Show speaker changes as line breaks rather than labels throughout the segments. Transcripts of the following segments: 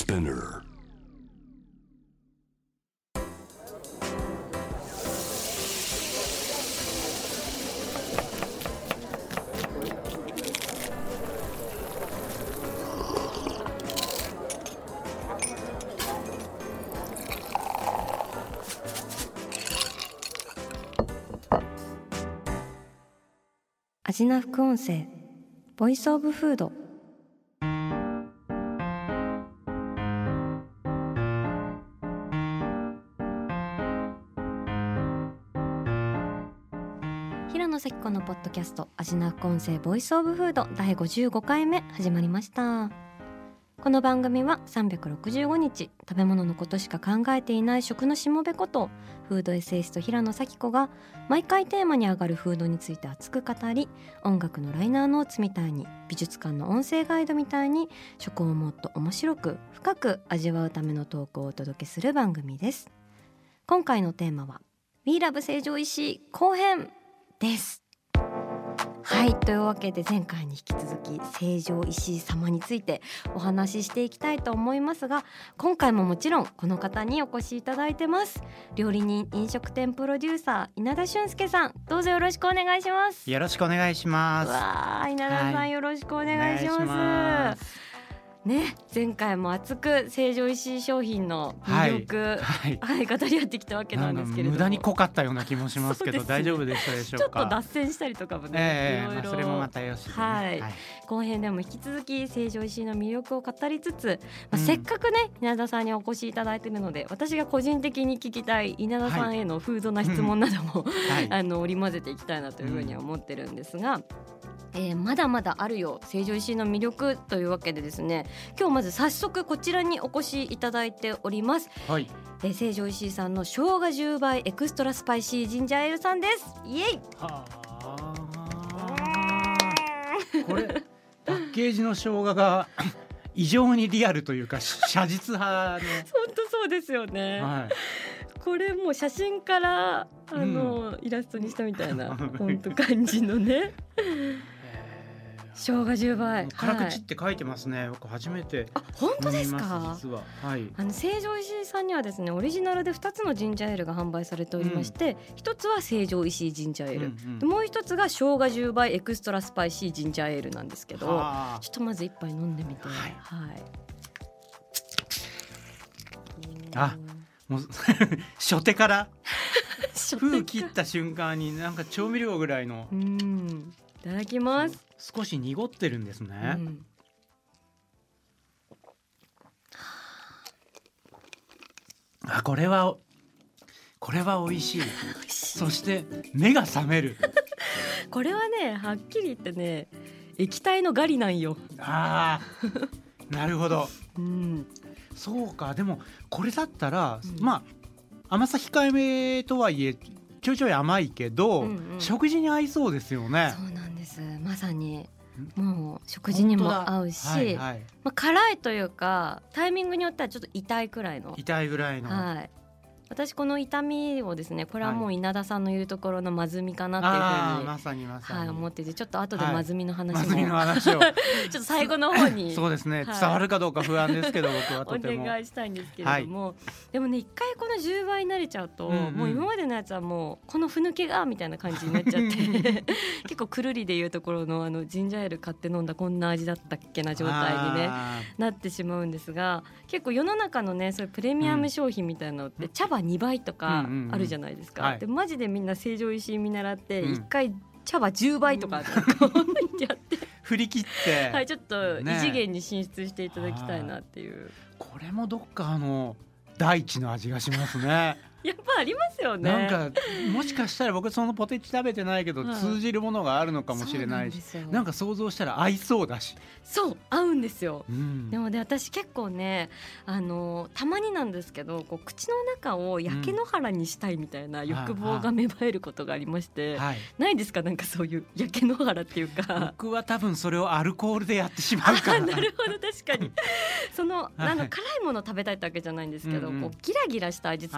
Spinner.
アジナ副音声ボイスオブフード。平野咲子のポッドキャストアジナ副音声ボイスオブフード第55回目始まりました。この番組は365日食べ物のことしか考えていない食のしもべことフードエッセイスト平野咲子が毎回テーマに上がるフードについて熱く語り、音楽のライナーノーツみたいに美術館の音声ガイドみたいに食をもっと面白く深く味わうためのトークをお届けする番組です。今回のテーマは We Love 成城石井後編です。はい、というわけで前回に引き続き成城石井様についてお話ししていきたいと思いますが、今回ももちろんこの方にお越しいただいてます。料理人飲食店プロデューサー稲田俊介さん、どうぞよろしくお願いします。
よろしくお願いします。
わー、稲田さん、はい、よろしくお願いします。ね、前回も熱く成城石井商品の魅力、語り合ってきたわけなんですけれども、
無駄に濃かったような気もしますけど大丈夫でしたでしょうか。
ちょっと脱線したりとかもね、いろいろ、
それもまたよしでね、
後編でも引き続き成城石井の魅力を語りつつ、せっかくね稲田さんにお越しいただいているので、私が個人的に聞きたい稲田さんへのフードな質問なども、織り交ぜていきたいなというふうには思ってるんですが、まだまだあるよ成城石井の魅力というわけでですね、今日まず早速こちらにお越しいただいております、成城石井さんの生姜10倍エクストラスパイシージンジャーエールさんです。イエイ。
これパッケージの生姜が異常にリアルというか写実派ね。
本当そうですよね、これもう写真からイラストにしたみたいな本当感じのね生姜10倍
辛口って書いてますね。僕初めて。
本当ですか。
実は、
成城石井さんにはですね、オリジナルで2つのジンジャーエールが販売されておりまして、1つは成城石井ジンジャーエール、もう1つが生姜10倍エクストラスパイシージンジャーエールなんですけど、ちょっとまず1杯飲んでみて、
もう初手から封切った瞬間になんか調味料ぐらいの。
いただきます。
少し濁ってるんですね、これは美味しいそして目が覚める
これはね、はっきり言ってね、液体のガリなんよ。
なるほど、そうか。でもこれだったら、甘さ控えめとはいえちょいちょい甘いけど、食事に合いそうですよね。
そうなんです。まさにもう食事にも合うし、辛いというかタイミングによってはちょっと痛いぐらいの、私この痛みをですね、これはもう稲田さんの言うところのまずみかなっていうふうに、
まさに
思ってて、ちょっと後でまずみの話も、
ちょっ
と最後の方に
そうですね、伝わるかどうか不安ですけど僕はとても
お願いしたいんですけれども、でもね、一回この10倍に慣れちゃうと、もう今までのやつはもうこのふぬけがみたいな感じになっちゃって結構くるりでいうところのジンジャーエール買って飲んだこんな味だったっけな状態に、ね、なってしまうんですが、結構世の中のね、そういうプレミアム商品みたいなのって茶葉2倍とかあるじゃないですか、でマジでみんな成城石井見習って一回茶葉10倍とかってやって
振り切って、
ちょっと異次元に進出していただきたいなっていう、
これもどっか大地の味がしますね
やっぱありますよね。
なんかもしかしたら僕そのポテチ食べてないけど、通じるものがあるのかもしれないし、なんか想像したら合いそうだし。
そう合うんですよ、でもね、私結構ね、たまになんですけど、こう口の中を焼け野原にしたいみたいな欲望が芽生えることがありまして、ないですか、なんかそういう焼け野原っていうか。
僕は多分それをアルコールでやってしまうから
なるほど、確かに辛いもの食べたいってわけじゃないんですけど、こうギラギラした味付けで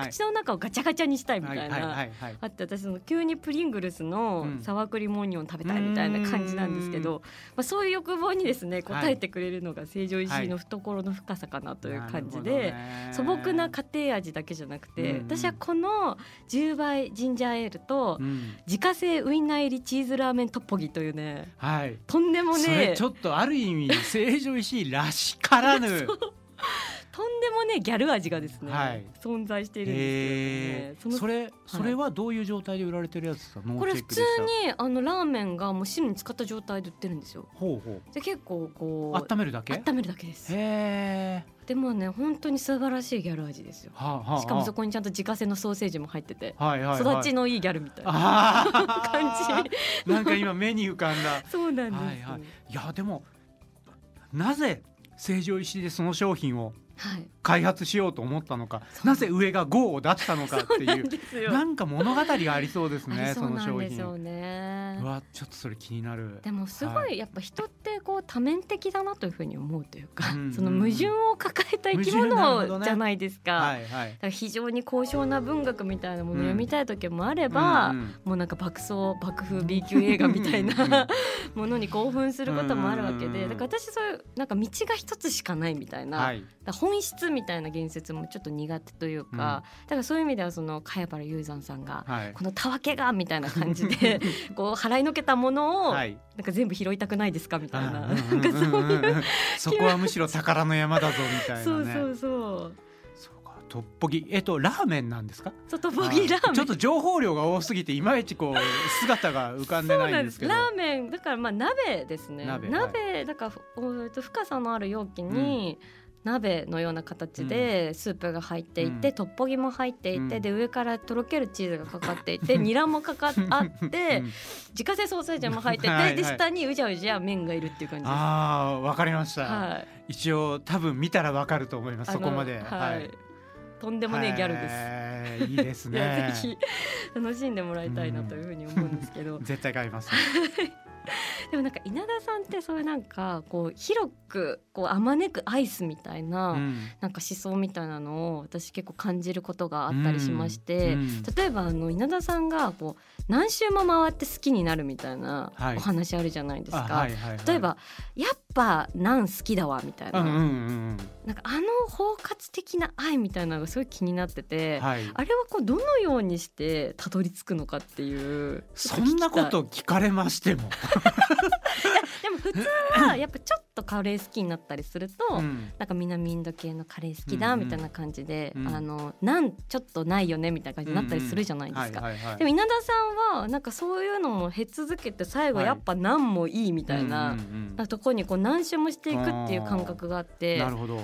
口の中をガチャガチャにしたいみたいな、あって私急にプリングルスのサワークリームオニオン食べたいみたいな感じなんですけど、そういう欲望にですね応えてくれるのが成城石井の懐の深さかなという感じで、素朴な家庭味だけじゃなくて、私はこの10倍ジンジャーエールと自家製ウインナー入りチーズラーメントッポギというね、とんでもね
それちょっとある意味成城石井らしからぬ
とんでもねギャル味がですね、存在しているんですけどね。
それはどういう状態で売られてるやつですか？
これ普通にラーメンがもう汁に使った状態で売ってるんですよ。で結構こう
温めるだけです。
でもね本当に素晴らしいギャル味ですよ。しかもそこにちゃんと自家製のソーセージも入ってて、育ちのいいギャルみたいな感じ
なんか今目に浮かんだ
そうなんです、
いやでもなぜ成城石井でその商品を開発しようと思ったのか、なぜ上が5を出したのかっていうなんか物語がありそうですね。その商品うわちょっとそれ気になる。
でもすごいやっぱ人ってこう多面的だなというふうに思うというか、その矛盾を抱えた生き物じゃないですか。だから非常に高尚な文学みたいなものを読みたい時もあれば、もうなんか爆風 B 級映画みたいなものに興奮することもあるわけで、だから私そういうなんか道が一つしかないみたいな、本質みたいな言説もちょっと苦手というか、だからそういう意味ではその茅原雄山さんが、このたわけがみたいな感じでこう払いのけたものを、なんか全部拾いたくないですかみたいな、なんかそういう
そこはむしろ宝の山だぞみたいなね。
そう
かトッポギラーメンなんですか？
トッポギラーメン
ちょっと情報量が多すぎていまいちこう姿が浮かんでないんですけど。
ラーメンだからまあ鍋ですね。鍋だから深さのある容器に、鍋のような形でスープが入っていて、トッポギも入っていて、で上からとろけるチーズがかかっていてニラもあって自家製ソーセージも入ってて、で下にうじゃうじゃ麺がいるっていう感じです。
わかりました、一応多分見たらわかると思います。そこまで、
とんでもねギャルです。
いいですね
ぜひ楽しんでもらいたいなというふうに思うんですけど、
絶対買います、
でもなんか稲田さんってそういうなんかこう広くこうあまねくアイスみたいな、なんか思想みたいなのを私結構感じることがあったりしまして、例えば稲田さんがこう何周も回って好きになるみたいなお話あるじゃないですか。例えばやっぱナン好きだわみたいな、なんか包括的な愛みたいなのがすごい気になってて、あれはこうどのようにしてたどり着くのかっていう。
そんなこと聞かれましても
でも普通はやっぱちょっとカレー好きになったりすると、なんか南インド系のカレー好きだみたいな感じで、なんちょっとないよねみたいな感じになったりするじゃないですか。でも稲田さんはなんかそういうのも経続けて最後やっぱなんもいいみたいなところにこう何周もしていくっていう感覚があって。
なるほど、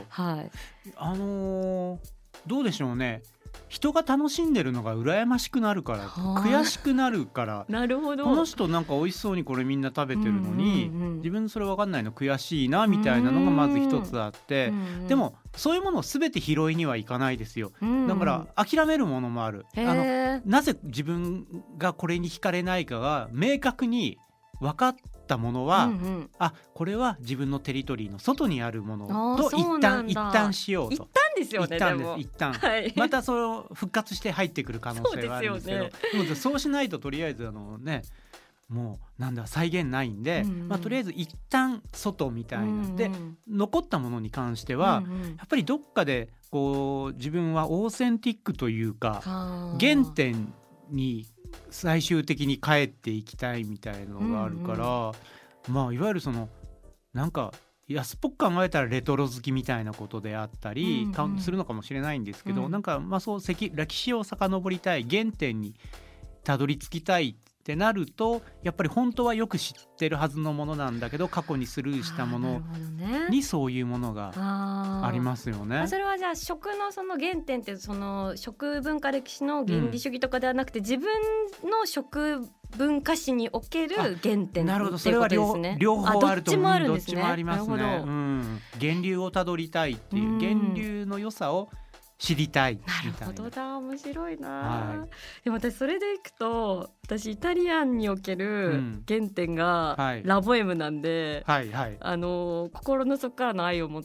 どうでしょうね。人が楽しんでるのが羨ましくなるから、悔しくなるから
なるほど、
この人なんか美味しそうにこれみんな食べてるのに、自分それ分かんないの悔しいなみたいなのがまず一つあって、でもそういうものを全て拾いにはいかないですよ。だから諦めるものもある。なぜ自分がこれに惹かれないかが明確に分かったものは、これは自分のテリトリーの外にあるものと一旦しようと。
ですよね、
一旦、またそれを復活して入ってくる可能性はあるんですけど、でもそうしないととりあえずもうなんだ再現ないんで、とりあえず一旦外みたいなで、残ったものに関しては、やっぱりどっかでこう自分はオーセンティックというか原点に最終的に帰っていきたいみたいなのがあるから、いわゆるそのなんか安っぽく考えたらレトロ好きみたいなことであったりするのかもしれないんですけど、なんかそう歴史を遡りたい、原点にたどり着きたいってなると、やっぱり本当はよく知ってるはずのものなんだけど過去にスルーしたものにそういうものがありますよね。
それはじゃあ食のその原点ってその食文化歴史の原理主義とかではなくて、自分の食文化史における原点っていうことですね。
なるほど、それは両方あると思う。どっちもありますね。
なるほど、
源流をたどりたいっていう、源流の良さを知りたいみたいな。
なるほどだ、面白いな、
はい、
でも私それでいくと、私イタリアンにおける原点がラボエムなんで、
はいはい、
心の底からの愛を持って、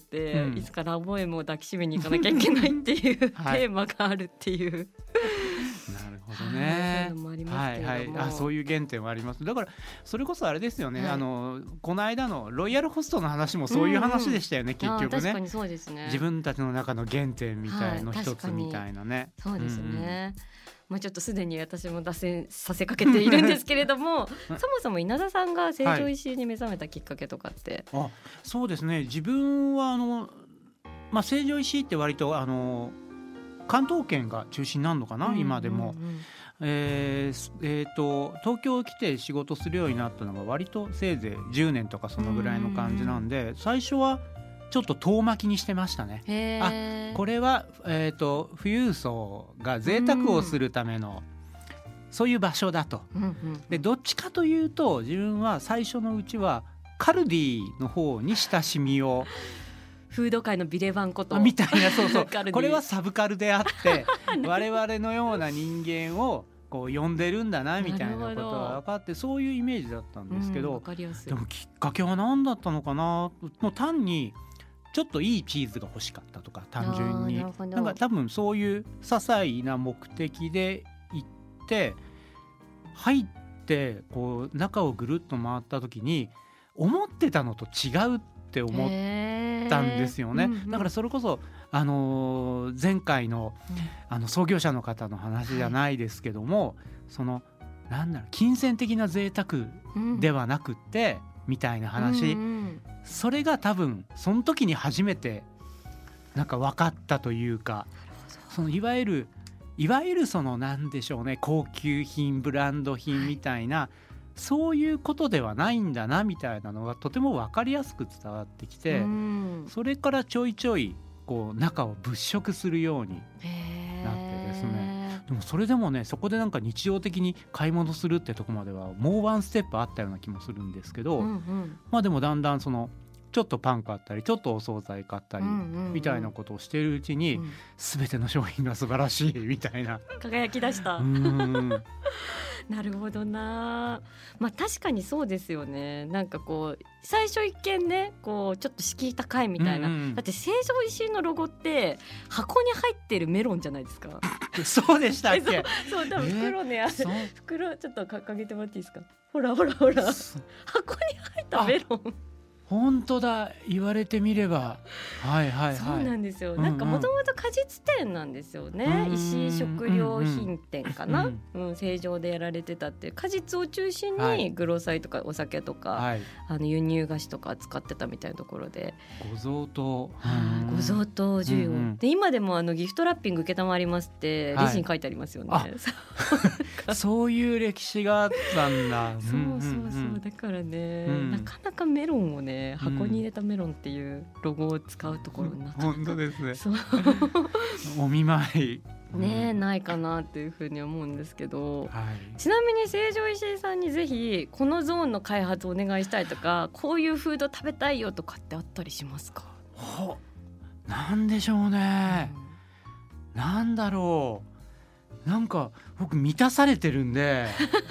いつかラボエムを抱きしめに行かなきゃいけないっていう、テーマがあるっていう。
なるほどね。そういう原点はあります。だからそれこそあれですよね、この間のロイヤルホストの話もそういう話でしたよね、結局ね。
確かにそうですね。
自分たちの中の原点みたいの一つみたいなね。
そうですね、ちょっとすでに私も脱線させかけているんですけれどもそもそも稲田さんが成城石井に目覚めたきっかけとかって、
そうですね、自分は成城石井って割と関東圏が中心になるのかな、今でも。東京来て仕事するようになったのが割とせいぜい10年とかそのぐらいの感じなんで、最初はちょっと遠巻きにしてましたね。これは、富裕層が贅沢をするための、そういう場所だと。でどっちかというと自分は最初のうちはカルディの方に親しみを
フード界のビレバンこと
みたいな、そうこれはサブカルであって我々のような人間をこう呼んでるんだなみたいなことが分かって、そういうイメージだったんですけど、でもきっかけは何だったのかな。もう単にちょっといいチーズが欲しかったとか、単純になんか多分そういう些細な目的で行って入ってこう中をぐるっと回った時に思ってたのと違うって思ったんですよね。だからそれこそ前回の創業者の方の話じゃないですけども、その金銭的な贅沢ではなくってみたいな話、それが多分その時に初めてなんか分かったというか、そのいわゆるそのなんでしょうね、高級品ブランド品みたいな、そういうことではないんだなみたいなのがとても分かりやすく伝わってきて、それからちょいちょいこう中を物色するようになってですね。でもそれでもね、そこでなんか日常的に買い物するってとこまではもうワンステップあったような気もするんですけど、でもだんだんそのちょっとパン買ったりちょっとお惣菜買ったりみたいなことをしているうちに、全ての商品が素晴らしいみたいな
輝き出したなるほどな。確かにそうですよね。なんかこう最初一見ね、こうちょっと敷居高いみたいな、だって成城石井のロゴって箱に入ってるメロンじゃないですか
そうでしたっけ
そう多分袋ね、袋ちょっと掲げてもらっていいですか。ほら箱に入ったメロン
本当だ、言われてみれば、
そうなんですよ。なんかもともと果実店なんですよね、石井食料品店かな、成城でやられてたって、果実を中心にグロサイとかお酒とか、輸入菓子とか扱ってたみたいなところで、
ご贈答
需要、で今でもギフトラッピング承りますってレジに書いてありますよね、
そういう歴史があったんだ
そうだからね、なかなかメロンをね箱に入れたメロンっていうロゴを使うところになった
本当ですねお見舞い
ね、ないかなっていうふうに思うんですけど、ちなみに成城石井さんにぜひこのゾーンの開発をお願いしたいとか、こういうフード食べたいよとかってあったりしますか。
なんでしょうね、なんだろう、なんか僕満たされてるんで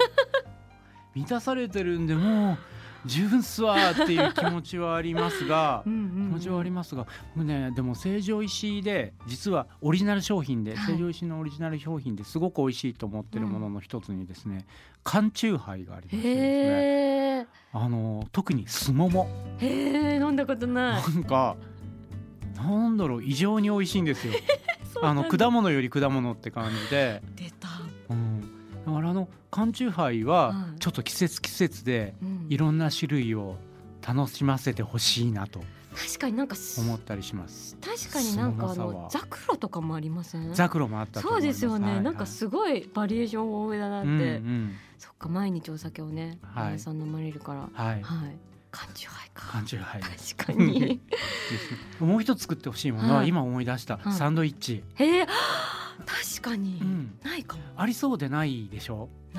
もう十分っすわっていう気持ちはありますが僕ね、でも成城石井で実はオリジナル商品で、成城石井のオリジナル商品ですごく美味しいと思ってるものの一つにですね、缶チューハイがありましてですね、特にすもも
飲んだことない。
なんかなんだろう、異常に美味しいんですよ果物より果物って感じで
出た、
だから缶チューハイはちょっと季節でいろんな種類を楽しませてほしいなと
確かになんか
思ったりします。
確かになんかザクロとかもありません？
ザクロもあったと思います。
そうですよね、なんかすごいバリエーション多めだなって、そっか、毎日お酒をね皆さん飲まれるから、缶チューハイか。
缶チューハイ
確かに
もう一つ作ってほしいものは、今思い出したサンドイッチ。
確かに、ないかも。
ありそうでないでしょ。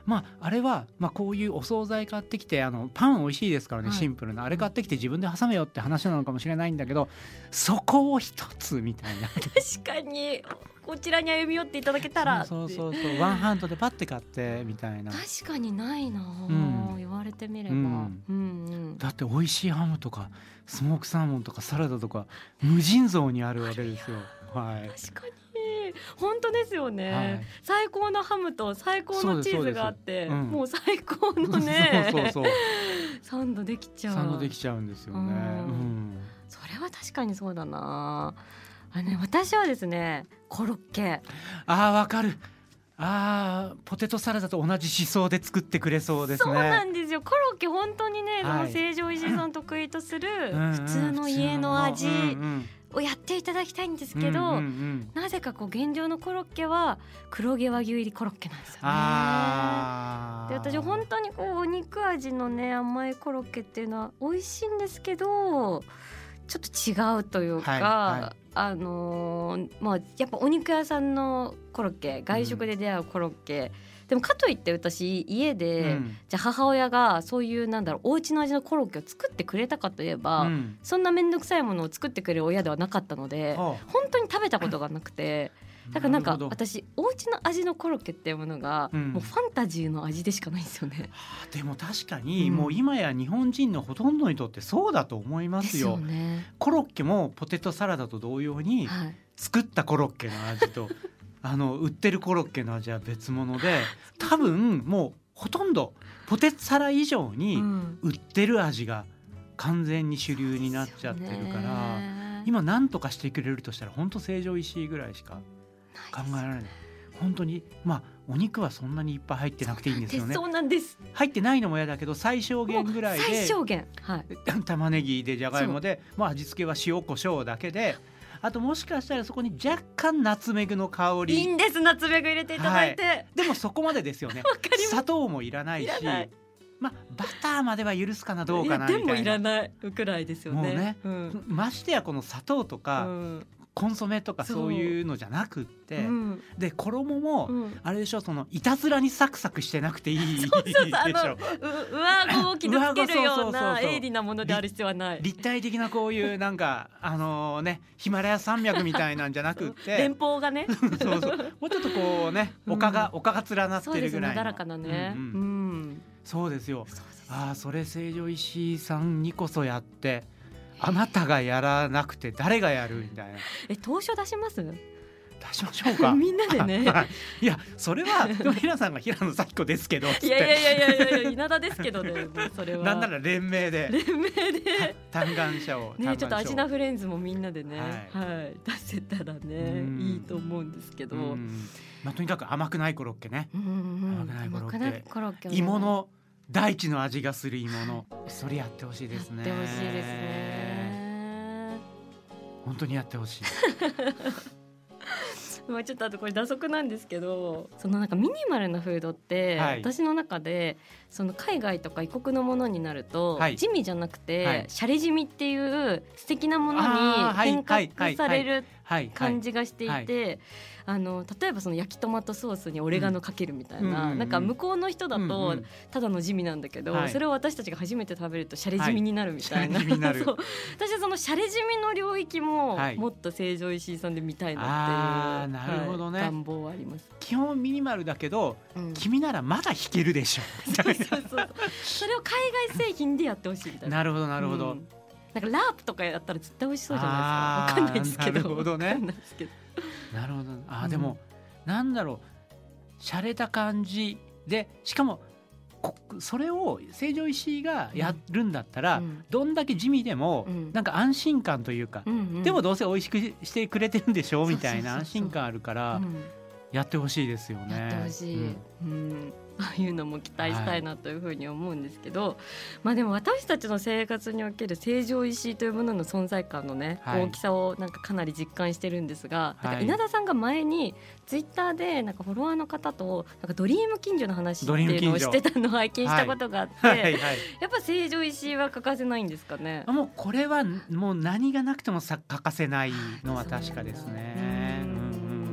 あれは、こういうお惣菜買ってきてパン美味しいですからね、シンプルなあれ買ってきて自分で挟めよって話なのかもしれないんだけど、そこを一つみたいな
確かにこちらに歩み寄っていただけたら
そうワンハンドでパッて買ってみたいな。
確かにないな、言われてみれば、
だって美味しいハムとかスモークサーモンとかサラダとか無尽蔵にあるわけですよ。はい、
確かに本当ですよね、最高のハムと最高のチーズがあって、もう最高のねサンドできちゃうん
ですよね、
それは確かにそうだな。私はですねコロッケ。
わかる。ポテトサラダと同じ思想で作ってくれそうですね。
そうなんですよ。コロッケ本当にね、その成城石井さん得意とする普通の家の味をやっていただきたいんですけど、なぜか現状のコロッケは黒毛和牛入りコロッケなんですよね。で私本当にお肉味のね甘いコロッケっていうのは美味しいんですけどちょっと違うというか、やっぱお肉屋さんのコロッケ、外食で出会うコロッケ、でもかといって私家で、じゃあ母親がそういうお家の味のコロッケを作ってくれたかといえば、そんな面倒くさいものを作ってくれる親ではなかったので、本当に食べたことがなくてだから私お家の味のコロッケっていうものが、もうファンタジーの味でしかないんですよね。
でも確かに、もう今や日本人のほとんどにとってそうだと思いますよ。ですよね。コロッケもポテトサラダと同様に、作ったコロッケの味と売ってるコロッケの味は別物で、多分もうほとんどポテサラ以上に売ってる味が完全に主流になっちゃってるから、今何とかしてくれるとしたら本当成城石井ぐらいしか考えられない。本当にお肉はそんなにいっぱい入ってなくていいんですよね。
そうなんです。
入ってないのも嫌だけど最小限ぐらいで、
最小限、
玉ねぎでじゃがいもで、味付けは塩コショウだけで、あともしかしたらそこに若干ナツメグの香り、
いいんです、ナツメグ入れていただいて、
でもそこまでですよね。砂糖もいらないし、バターまでは許すかなどうかなみたいな。
でもいらないくらいですよね。
もうね、ましてやこの砂糖とか、コンソメとかそういうのじゃなくって、で衣もあれでしょ、そのいたずらにサクサクしてなくていいでしょ。
上顎を傷つけるような鋭利なものである必要はない。
立体的なこういうヒマラヤ山脈みたいなんじゃなくって
連峰がね
もうちょっと丘が連なってるぐらいの、
なだらかなね。
そうですよ。それ成城石井さんにこそやって、あなたがやらなくて誰がやるみたいな。
当初出します？
出しましょうか
みんなでね
いやそれは平さんが平野咲子ですけど
いや稲田ですけどねそれは
なんなら連名で嘆願書を
ね、ちょっとアジナフレンズもみんなでね、出せたらねいいと思うんですけど、
とにかく甘くないコロッケね。
甘くないコロッケ、
芋の大地の味がする芋の、それやってほしいですね。
やってほしいですね。
本当にやってほしい
ちょっとあとこれ打足なんですけど、そのミニマルなフードって、私の中でその海外とか異国のものになると、地味じゃなくて、シャレ地味っていう素敵なものに変革される感じがしていて、例えばその焼きトマトソースにオレガノかけるみたいな、なんか向こうの人だとただの地味なんだけど、それを私たちが初めて食べるとシャレ地味になるみたいな、私はそのシャレ地味の領域ももっと成城石井さんで見たいなっていう
なるほどね、
願望はあります。
基本ミニマルだけど、君ならまだ弾けるでしょ
それを海外製品でやってほしいみたいな。
なるほどなるほど、
なんかラープとかやったら絶対美味しそうじゃないですか。わかんないですけど。
なるほどね。なるほど。でもなんだろう、洒落た感じで、しかもそれを成城石井がやるんだったら、どんだけ地味でもなんか安心感というか、でもどうせ美味しくしてくれてるんでしょみたいな安心感あるからやってほしいですよね。
やってほしい。ああいうのも期待したいなというふうに思うんですけど、でも私たちの生活における成城石井というものの存在感のね、大きさをなんかかなり実感してるんですが、なんか稲田さんが前にツイッターでなんかフォロワーの方となんかドリーム近所の話っていうのをしてたのを拝見したことがあって、やっぱ成城石井は欠かせないんですかね。
もうこれはもう何がなくても欠かせないのは確かですね。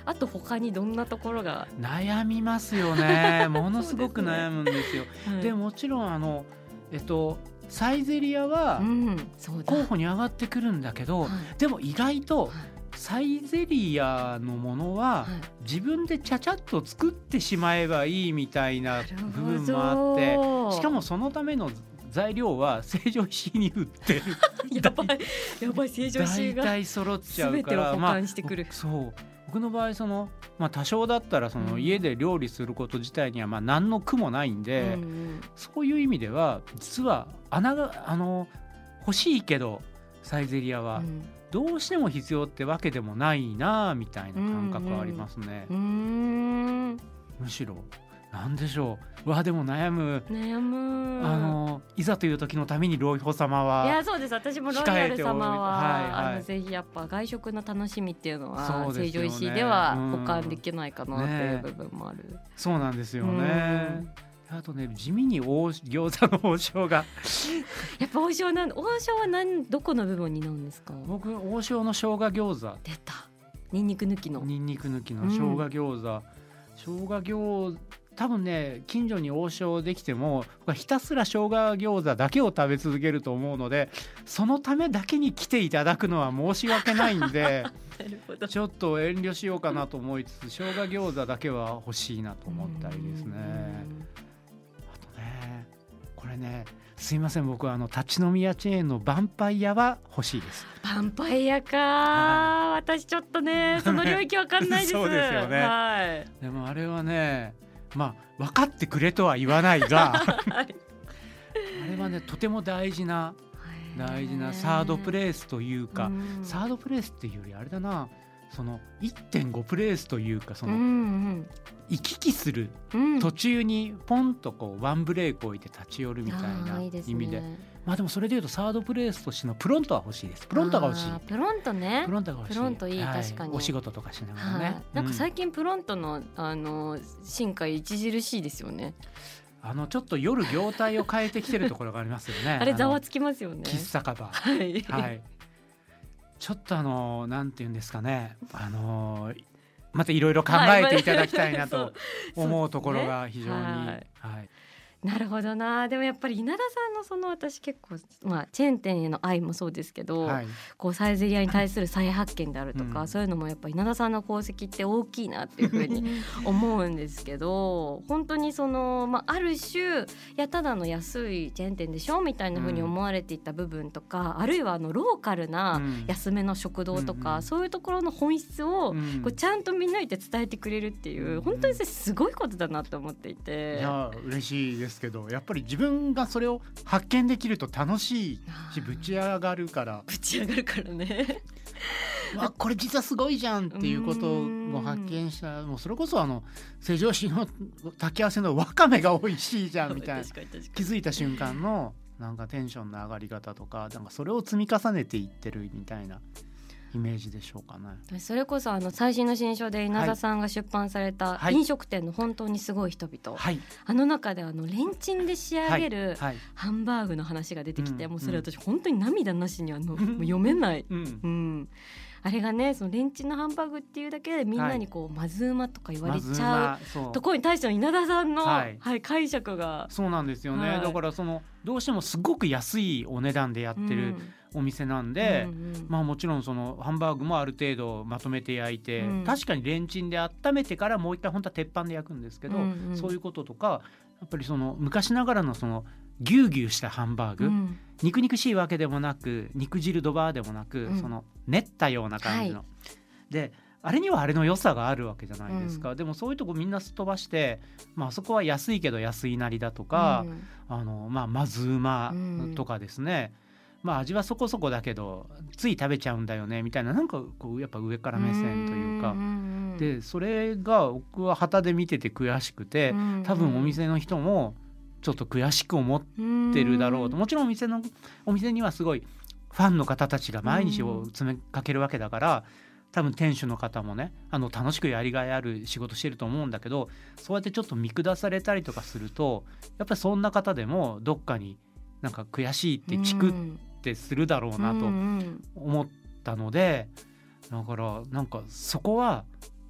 あと他にどんなところが
悩みますよねものすごく悩むんですよ。でもちろんサイゼリヤは候補に上がってくるんだけど、でも意外とサイゼリヤのものは自分でちゃちゃっと作ってしまえばいいみたいな部分もあって、しかもそのための材料は成城石井に売ってる
やばい成城石井が
大体揃っちゃうから、
全てを保管してくる、
そう僕の場合多少だったら家で料理すること自体には何の苦もないんで、そういう意味では実は穴が欲しいけどサイゼリヤはどうしても必要ってわけでもないなみたいな感覚はありますね。むしろなんでしょう。でも悩むいざという時のためにロイホ様は、
いやそうです、私もロイヤル様は、ぜひやっぱ外食の楽しみっていうのは成城石井では保管できないかなっていう部分もある、
そうなんですよね。あとね、地味に餃子の王将が
やっぱ王将はどこの部分になるんですか？
僕王将の生姜餃子、
出た、ニンニク抜きの
生姜餃子、生姜餃子多分ね、近所に王将できてもひたすら生姜餃子だけを食べ続けると思うので、そのためだけに来ていただくのは申し訳ないんで
なるほど、
ちょっと遠慮しようかなと思いつつ、生姜餃子だけは欲しいなと思ったりですね。あとね、これね、すいません、僕は立ち飲み屋チェーンのヴァンパイアは欲しいです。
ヴァンパイアか、私ちょっとねその領域わかんないです
そうですよね、
はい、
でもあれはね、分かってくれとは言わないが、はい、あれはね、とても大事なサードプレイスというか、サードプレイスっていうよりあれだな、1.5 プレイスというか、行き来する途中にポンとワンブレーク置いて立ち寄るみたいな意味で、でもそれでいうとサードプレイスとしてのプロントは欲しいです。プロントが欲しい。
プロントね、
プロントが欲しい。
プロントいい、確かに
お仕事とかしながらね、
なんか最近プロントの進化著しいですよね。
ちょっと夜業態を変えてきてるところがありますよね
あれざわつきますよね、
喫茶カバ
ー、はい、
ちょっとなんていうんですかね、またいろいろ考えていただきたいなと思うところが非常に、
なるほどな。でもやっぱり稲田さんの私結構、チェーン店への愛もそうですけど、サイゼリヤに対する再発見であるとか、そういうのもやっぱ稲田さんの功績って大きいなっていうふうに思うんですけど本当にある種、いやただの安いチェーン店でしょみたいなふうに思われていた部分とか、あるいはローカルな安めの食堂とか、そういうところの本質をちゃんとみんなに伝えてくれるっていう、本当にすごいことだなと思っていて、
いや嬉しいですけど、やっぱり自分がそれを発見できると楽しいし、ぶち上がるから
ね
これ実はすごいじゃんっていうことを発見した。もうそれこそ成城石井の炊き合わせのわかめが美味しいじゃんみたいな気づいた瞬間のなんかテンションの上がり方とか、なんかそれを積み重ねていってるみたいなイメージでしょうかね。
それこそ最新の新書で稲田さんが出版された飲食店の本当にすごい人々、中でレンチンで仕上げるハンバーグの話が出てきて、もうそれ私本当に涙なしにはもう読めない、あれがね、そのレンチンのハンバーグっていうだけでみんなにまずうまとか言われちゃうところに対しての稲田さんの、解釈が
そうなんですよね、だからどうしてもすごく安いお値段でやってるお店なんで、もちろんハンバーグもある程度まとめて焼いて、確かにレンチンで温めてからもう一回本当は鉄板で焼くんですけど、そういうこととかやっぱり昔ながらのギュウギュウしたハンバーグ、肉々しいわけでもなく肉汁ドバーでもなく、練ったような感じの、であれにはあれの良さがあるわけじゃないですか、でもそういうとこみんなすっ飛ばして、あそこは安いけど安いなりだとか、まずうまとかですね、味はそこそこだけどつい食べちゃうんだよねみたいな、なんかやっぱ上から目線というか、でそれが僕は旗で見てて悔しくて、多分お店の人もちょっと悔しく思ってるだろうと。もちろんお店にはすごいファンの方たちが毎日を詰めかけるわけだから、多分店主の方もね楽しくやりがいある仕事してると思うんだけど、そうやってちょっと見下されたりとかすると、やっぱりそんな方でもどっかになんか悔しいってチクってするだろうなと思ったので、だからなんかそこは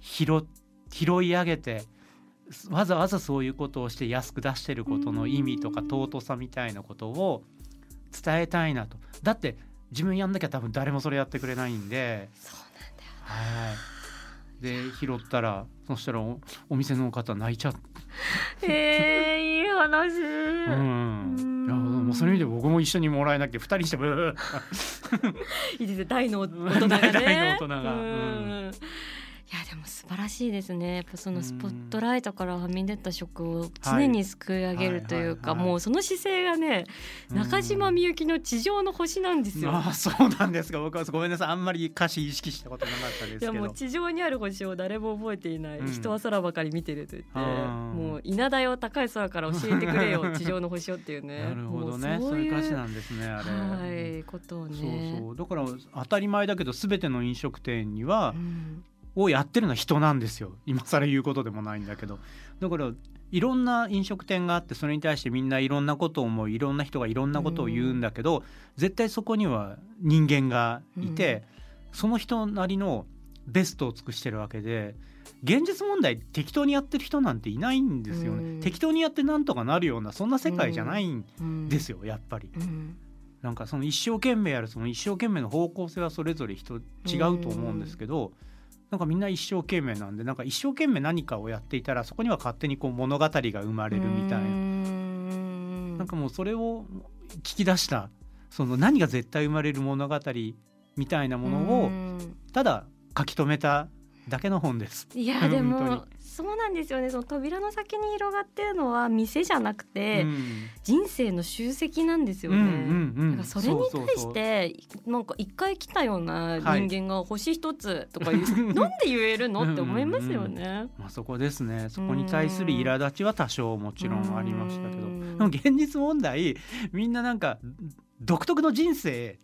拾い上げてわざわざそういうことをして安く出してることの意味とか尊さみたいなことを伝えたいなと。だって自分やんなきゃ多分誰もそれやってくれないんで。
そうなんだよ。
はい。で拾ったらそしたら お店の方泣いちゃって
いい話。
いやもうそれ見て僕も一緒にもらえなくて2人してブー
いいですね、大の大人がね。
大の大人が。
いやでも素晴らしいですね。やっぱそのスポットライトからはみ出た食を常にすくい上げるというか、もうその姿勢がね、中島みゆきの地上の星なんですよ。
そうなんですか。僕はごめんなさい、あんまり歌詞意識したことなかったですけど。
いやもう地上にある星を誰も覚えていない、人は空ばかり見てると言って、もう稲田よ高い空から教えてくれよ地上の星をっていうね。
なるほどね、そういう歌詞なんですね、あれ。
ことをね。
そうだから当たり前だけど全ての飲食店には、をやってるのは人なんですよ。今更言うことでもないんだけど。だからいろんな飲食店があって、それに対してみんないろんなことを思う、いろんな人がいろんなことを言うんだけど、絶対そこには人間がいて、その人なりのベストを尽くしてるわけで、現実問題適当にやってる人なんていないんですよね。適当にやってなんとかなるようなそんな世界じゃないんですよ、やっぱり。なんかその一生懸命やるその一生懸命の方向性はそれぞれ人違うと思うんですけど、なんかみんな一生懸命なんで、なんか一生懸命何かをやっていたらそこには勝手にこう物語が生まれるみたいな、なんかもうそれを聞き出した、その何が絶対生まれる物語みたいなものをただ書き留めただけの本です。
いやでもそうなんですよね。その扉の先に広がってるのは店じゃなくて、人生の集積なんですよね。なんかそれに対してなんか一回来たような人間が星一つとかなんで言えるのって思いますよね。
そこですね。そこに対する苛立ちは多少もちろんありましたけど、でも現実問題みんななんか独特の人生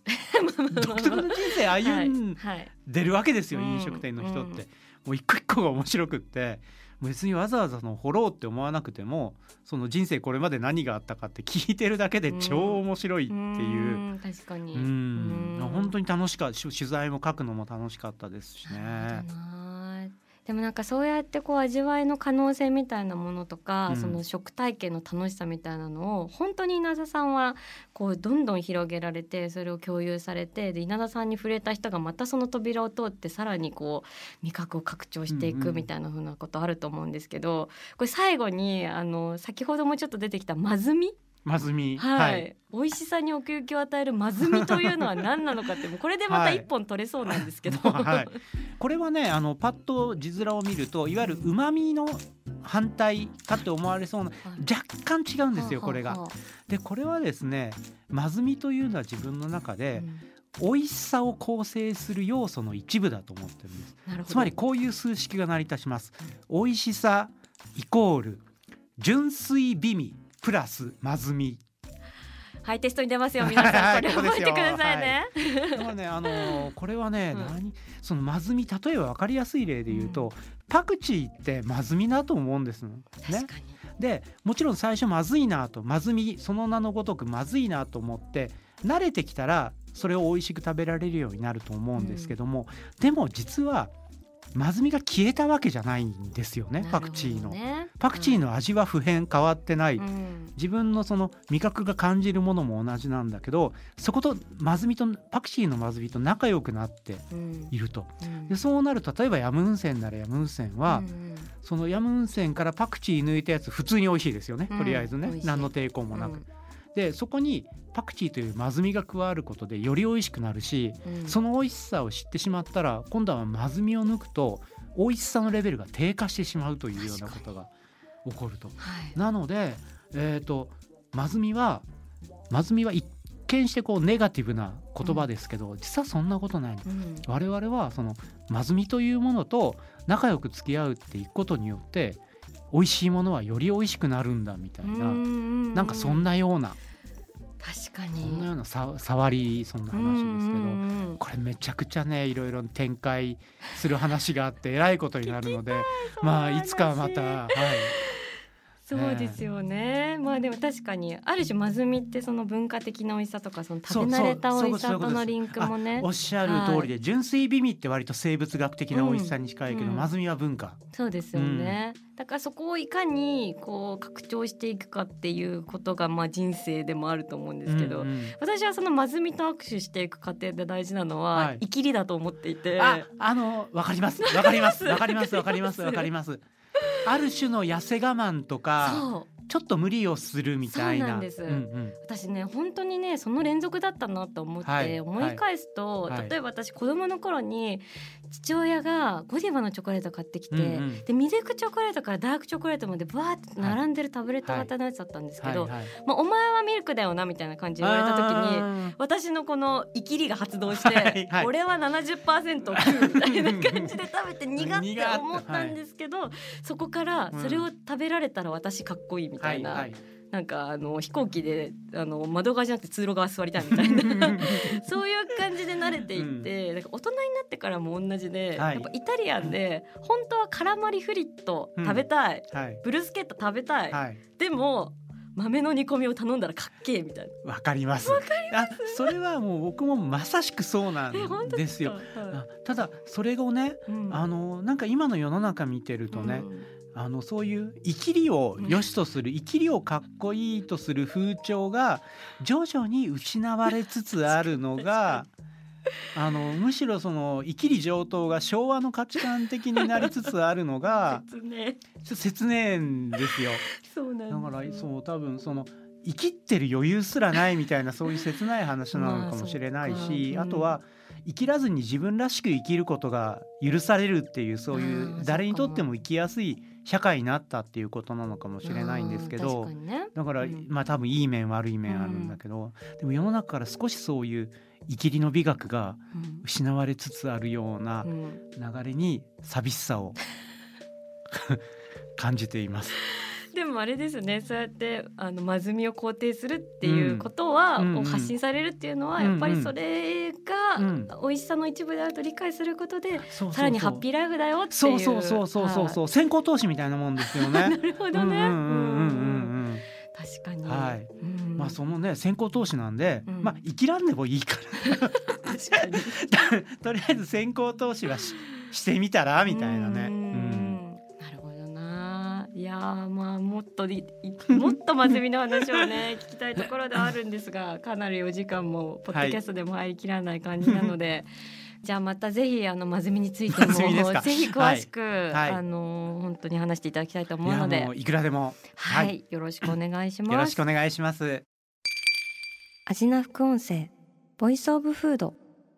歩んでるわけですよ、飲食店の人って。もう一個一個が面白くって、別にわざわざ掘ろうって思わなくても、その人生これまで何があったかって聞いてるだけで超面白いっていう。
確かに。
本当に楽しかった。取材も書くのも楽しかったですしね。
でもなんかそうやってこう味わいの可能性みたいなものとか、その食体験の楽しさみたいなのを本当に稲田さんはこうどんどん広げられて、それを共有されて、で稲田さんに触れた人がまたその扉を通ってさらにこう味覚を拡張していくみたいな風なことあると思うんですけど、これ最後に先ほどもちょっと出てきたまずみ、はい、美味しさに奥行きを与えるまずみというのは何なのかって、もうこれでまた一本取れそうなんですけど、
これはねパッと字面を見るといわゆるうまみの反対かって思われそうな、若干違うんですよ、これが。でこれはですね、まずみというのは自分の中で、美味しさを構成する要素の一部だと思ってるんです。つまりこういう数式が成り立ちます。美味しさイコール純粋美味プラスまずみ。
はい、テストに出ますよ皆さん。これ覚えてくださいね。
これはね、そのまずみ、例えば分かりやすい例で言うと、パクチーってまずみだと思うんですね。
確かに。
でもちろん最初まずいなと、まずみその名のごとくまずいなと思って慣れてきたらそれを美味しく食べられるようになると思うんですけども、でも実はまずみが消えたわけじゃないんですよね。パクチーの味は不変、変わってない、自分のその味覚が感じるものも同じなんだけど、そことパクチーのまずみと仲良くなっていると、でそうなると例えばヤムウンセンならヤムウンセンは、そのヤムウンセンからパクチー抜いたやつ普通に美味しいですよね、とりあえずね、何の抵抗もなく、でそこにパクチーというまずみが加わることでより美味しくなるし、その美味しさを知ってしまったら今度はまずみを抜くと美味しさのレベルが低下してしまうというようなことが起こると、なので、まずみは一見してこうネガティブな言葉ですけど、実はそんなことない、我々はそのまずみというものと仲良く付き合うっていくことによって美味しいものはより美味しくなるんだみたいな、なんかそんなような、
確かに
そんなような触りそんな話ですけど、これめちゃくちゃねいろいろ展開する話があってえらいことになるのでいつかまた、
そうですよね。まあでも確かにある種まずみってその文化的な美味しさとかその食べ慣れた美味しさとのリンクもね、
おっしゃる通りで、純粋美味って割と生物学的な美味しさに近いけど、まずみは文化。
そうですよね、だからそこをいかにこう拡張していくかっていうことがまあ人生でもあると思うんですけど、私はそのまずみと握手していく過程で大事なのはイキリだと思っていて、
わかりますある種の痩せ我慢とかちょっと無理をするみたいな。
そうなんです、私ね本当にねその連続だったなと思って、思い返すと、例えば私子供の頃に父親がゴディバのチョコレート買ってきて、でミルクチョコレートからダークチョコレートまでバーって並んでるタブレット型のやつだったんですけど、お前はミルクだよなみたいな感じで言われた時に、私のこのイキリが発動して、俺は 70% 食うみたいな感じで食べて苦って思ったんですけど、そこからそれを食べられたら私かっこいいみたいな、なんか飛行機で窓側じゃなくて通路側座りたいみたいなそういう感じで慣れていって、なんか大人になってからも同じで、やっぱイタリアンで本当はカラマリフリット食べたい、ブルスケット食べたい、でも豆の煮込みを頼んだらかっけえみたいな。
わかります。それはもう僕もまさしくそうなんですよ。ただそれをね、なんか今の世の中見てるとね、そういうイキリを良しとする、イキリをかっこいいとする風潮が徐々に失われつつあるのがむしろそのイキリ上等が昭和の価値観的になりつつあるのが切ねえんですよ。
そうなんですよ。
だからそう多分その生きってる余裕すらないみたいな、そういう切ない話なのかもしれないし、あとは生きらずに自分らしく生きることが許されるっていう、そういう誰にとっても生きやすい社会になったっていうことなのかもしれないんですけど、だからまあ多分いい面悪い面あるんだけど、でも世の中から少しそういう生きりの美学が失われつつあるような流れに寂しさを感じています。
でもあれですね、そうやってまずみを肯定するっていうことは、発信されるっていうのは、やっぱりそれが美味しさの一部であると理解することで、さらにハッピーライフだよっていう、
そう先行投資みたいなもんですよね。
なるほどね。確かに、
まあそのね先行投資なんで、まあ生きらんでもいいから確かにとりあえず先行投資は してみたらみたいなね。
いやまあもっとまずみの話をね聞きたいところではあるんですが、かなりお時間もポッドキャストでも入りきらない感じなので、じゃあまたぜひまずみについてもぜひ詳しく、本当に話していただきたいと思うので、
いやもういくらでも、
よろしくお願いします。
よろしくお願いします。
味な副音声ボイスオブフード。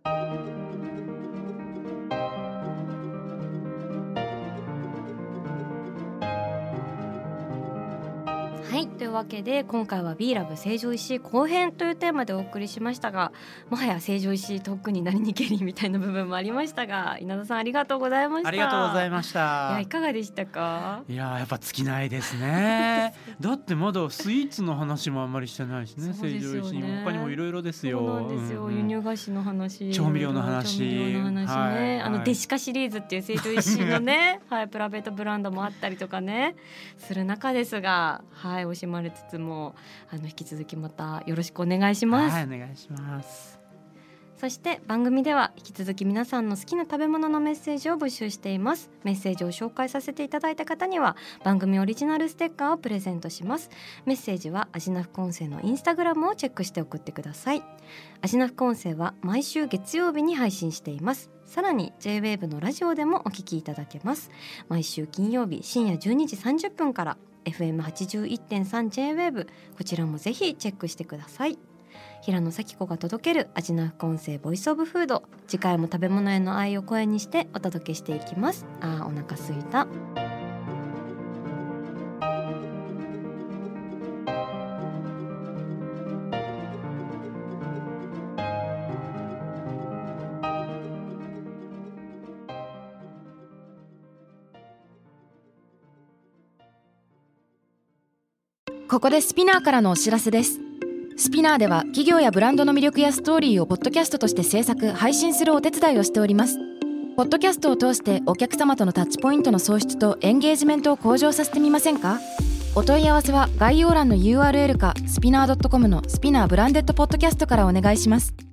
はい、というわけで今回は BeLove 成城石井後編というテーマでお送りしましたが、もはや成城石井トークになりにけりみたいな部分もありましたが、稲田さんありがとうございました。
ありがとうございました。
いかがでしたか？
いややっぱ尽きないですねだってまだスイーツの話もあんまりしてないしね、成城石井他にもいろいろですよ。
そうなんですよ、輸入菓子の話、
調味料の話
ね、デシカシリーズっていう成城石井のねプライベートブランドもあったりとかねする中ですが、惜しまれつつも引き続きまたよろしくお願いします。
お願いします。
そして番組では引き続き皆さんの好きな食べ物のメッセージを募集しています。メッセージを紹介させていただいた方には番組オリジナルステッカーをプレゼントします。メッセージは味な副音声のインスタグラムをチェックして送ってください。味な副音声は毎週月曜日に配信しています。さらに J-WAVE のラジオでもお聞きいただけます。毎週金曜日深夜12時30分からFM81.3 J-WAVE、 こちらもぜひチェックしてください。平野咲子が届ける味な副音声ボイスオブフード、次回も食べ物への愛を声にしてお届けしていきます。お腹すいた。
ここでスピナーからのお知らせです。スピナーでは企業やブランドの魅力やストーリーをポッドキャストとして制作・配信するお手伝いをしております。ポッドキャストを通してお客様とのタッチポイントの創出とエンゲージメントを向上させてみませんか？ お問い合わせは概要欄の URL かスピナー .com のスピナーブランデッドポッドキャストからお願いします。